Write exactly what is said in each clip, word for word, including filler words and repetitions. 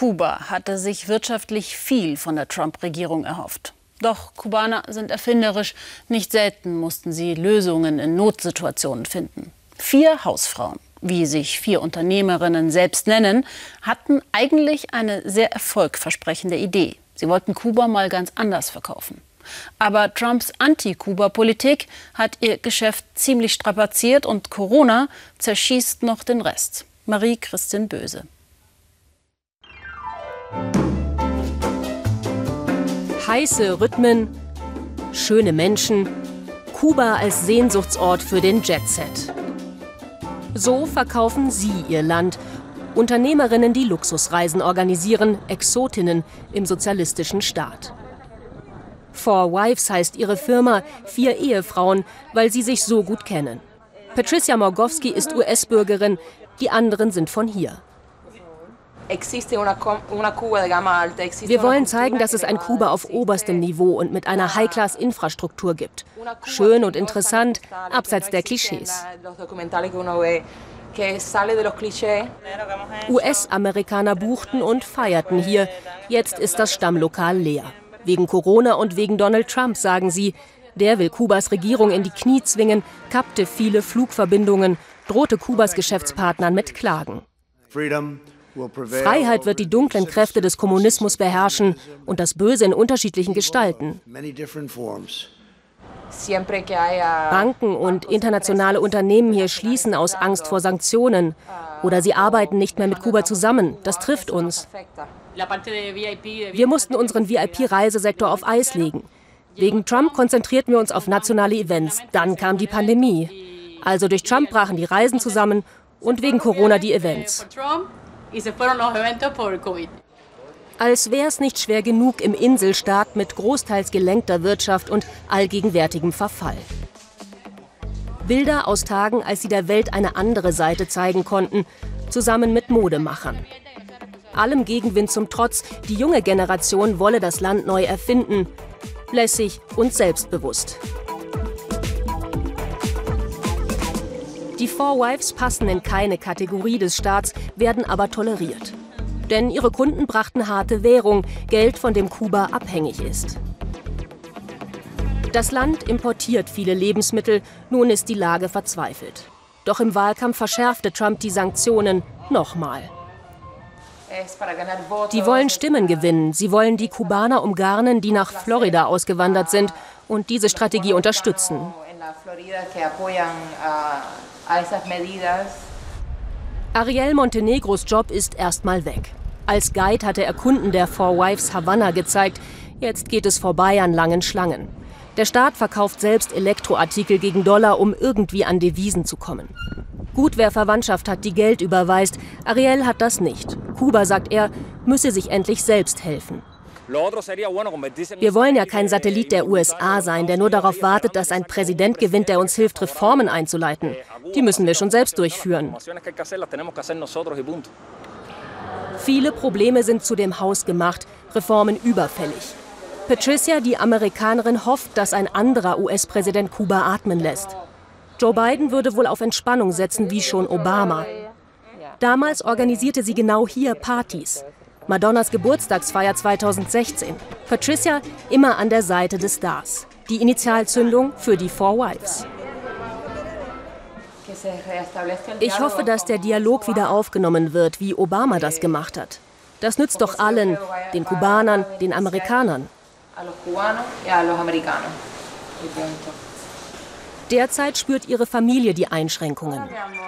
Kuba hatte sich wirtschaftlich viel von der Trump-Regierung erhofft. Doch Kubaner sind erfinderisch. Nicht selten mussten sie Lösungen in Notsituationen finden. Vier Hausfrauen, wie sich vier Unternehmerinnen selbst nennen, hatten eigentlich eine sehr erfolgversprechende Idee. Sie wollten Kuba mal ganz anders verkaufen. Aber Trumps Anti-Kuba-Politik hat ihr Geschäft ziemlich strapaziert und Corona zerschießt noch den Rest. Marie-Christin Böse. Heiße Rhythmen, schöne Menschen, Kuba als Sehnsuchtsort für den Jet-Set. So verkaufen sie ihr Land. Unternehmerinnen, die Luxusreisen organisieren, Exotinnen im sozialistischen Staat. Four Wives heißt ihre Firma, vier Ehefrauen, weil sie sich so gut kennen. Patricia Morgowski ist U S-Bürgerin, die anderen sind von hier. Wir wollen zeigen, dass es ein Kuba auf oberstem Niveau und mit einer High-Class-Infrastruktur gibt. Schön und interessant, abseits der Klischees. U S-Amerikaner buchten und feierten hier. Jetzt ist das Stammlokal leer. Wegen Corona und wegen Donald Trump, sagen sie. Der will Kubas Regierung in die Knie zwingen, kappte viele Flugverbindungen, drohte Kubas Geschäftspartnern mit Klagen. Freiheit wird die dunklen Kräfte des Kommunismus beherrschen und das Böse in unterschiedlichen Gestalten. Banken und internationale Unternehmen hier schließen aus Angst vor Sanktionen. Oder sie arbeiten nicht mehr mit Kuba zusammen. Das trifft uns. Wir mussten unseren V I P-Reisesektor auf Eis legen. Wegen Trump konzentrierten wir uns auf nationale Events. Dann kam die Pandemie. Also durch Trump brachen die Reisen zusammen und wegen Corona die Events. Als wäre es nicht schwer genug im Inselstaat mit großteils gelenkter Wirtschaft und allgegenwärtigem Verfall. Bilder aus Tagen, als sie der Welt eine andere Seite zeigen konnten, zusammen mit Modemachern. Allem Gegenwind zum Trotz, die junge Generation wolle das Land neu erfinden, lässig und selbstbewusst. Die Four Wives passen in keine Kategorie des Staats, werden aber toleriert. Denn ihre Kunden brachten harte Währung, Geld, von dem Kuba abhängig ist. Das Land importiert viele Lebensmittel, nun ist die Lage verzweifelt. Doch im Wahlkampf verschärfte Trump die Sanktionen nochmal. Die wollen Stimmen gewinnen, sie wollen die Kubaner umgarnen, die nach Florida ausgewandert sind und diese Strategie unterstützen. Ariel Montenegros Job ist erstmal weg. Als Guide hatte er Kunden der Four Wives Havanna gezeigt. Jetzt geht es vorbei an langen Schlangen. Der Staat verkauft selbst Elektroartikel gegen Dollar, um irgendwie an Devisen zu kommen. Gut, wer Verwandtschaft hat, die Geld überweist. Ariel hat das nicht. Kuba, sagt er, müsse sich endlich selbst helfen. Wir wollen ja kein Satellit der U S A sein, der nur darauf wartet, dass ein Präsident gewinnt, der uns hilft, Reformen einzuleiten. Die müssen wir schon selbst durchführen. Viele Probleme sind zudem hausgemacht, Reformen überfällig. Patricia, die Amerikanerin, hofft, dass ein anderer U S-Präsident Kuba atmen lässt. Joe Biden würde wohl auf Entspannung setzen, wie schon Obama. Damals organisierte sie genau hier Partys. Madonnas Geburtstagsfeier zweitausendsechzehn. Patricia immer an der Seite des Stars. Die Initialzündung für die Four Wives. Ich hoffe, dass der Dialog wieder aufgenommen wird, wie Obama das gemacht hat. Das nützt doch allen, den Kubanern, den Amerikanern. Derzeit spürt ihre Familie die Einschränkungen.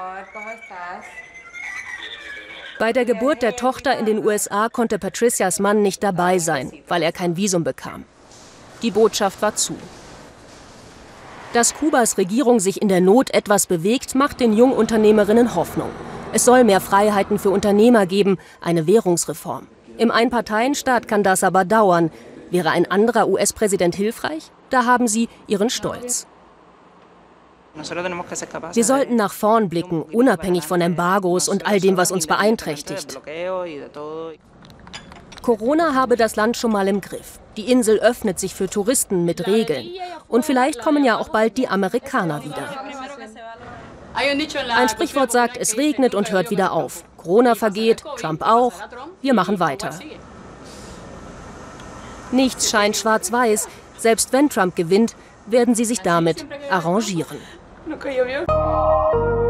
Bei der Geburt der Tochter in den U S A konnte Patricias Mann nicht dabei sein, weil er kein Visum bekam. Die Botschaft war zu. Dass Kubas Regierung sich in der Not etwas bewegt, macht den Jungunternehmerinnen Hoffnung. Es soll mehr Freiheiten für Unternehmer geben, eine Währungsreform. Im Einparteienstaat kann das aber dauern. Wäre ein anderer U S-Präsident hilfreich? Da haben sie ihren Stolz. Wir sollten nach vorn blicken, unabhängig von Embargos und all dem, was uns beeinträchtigt. Corona habe das Land schon mal im Griff. Die Insel öffnet sich für Touristen mit Regeln. Und vielleicht kommen ja auch bald die Amerikaner wieder. Ein Sprichwort sagt, es regnet und hört wieder auf. Corona vergeht, Trump auch. Wir machen weiter. Nichts scheint schwarz-weiß. Selbst wenn Trump gewinnt, werden sie sich damit arrangieren.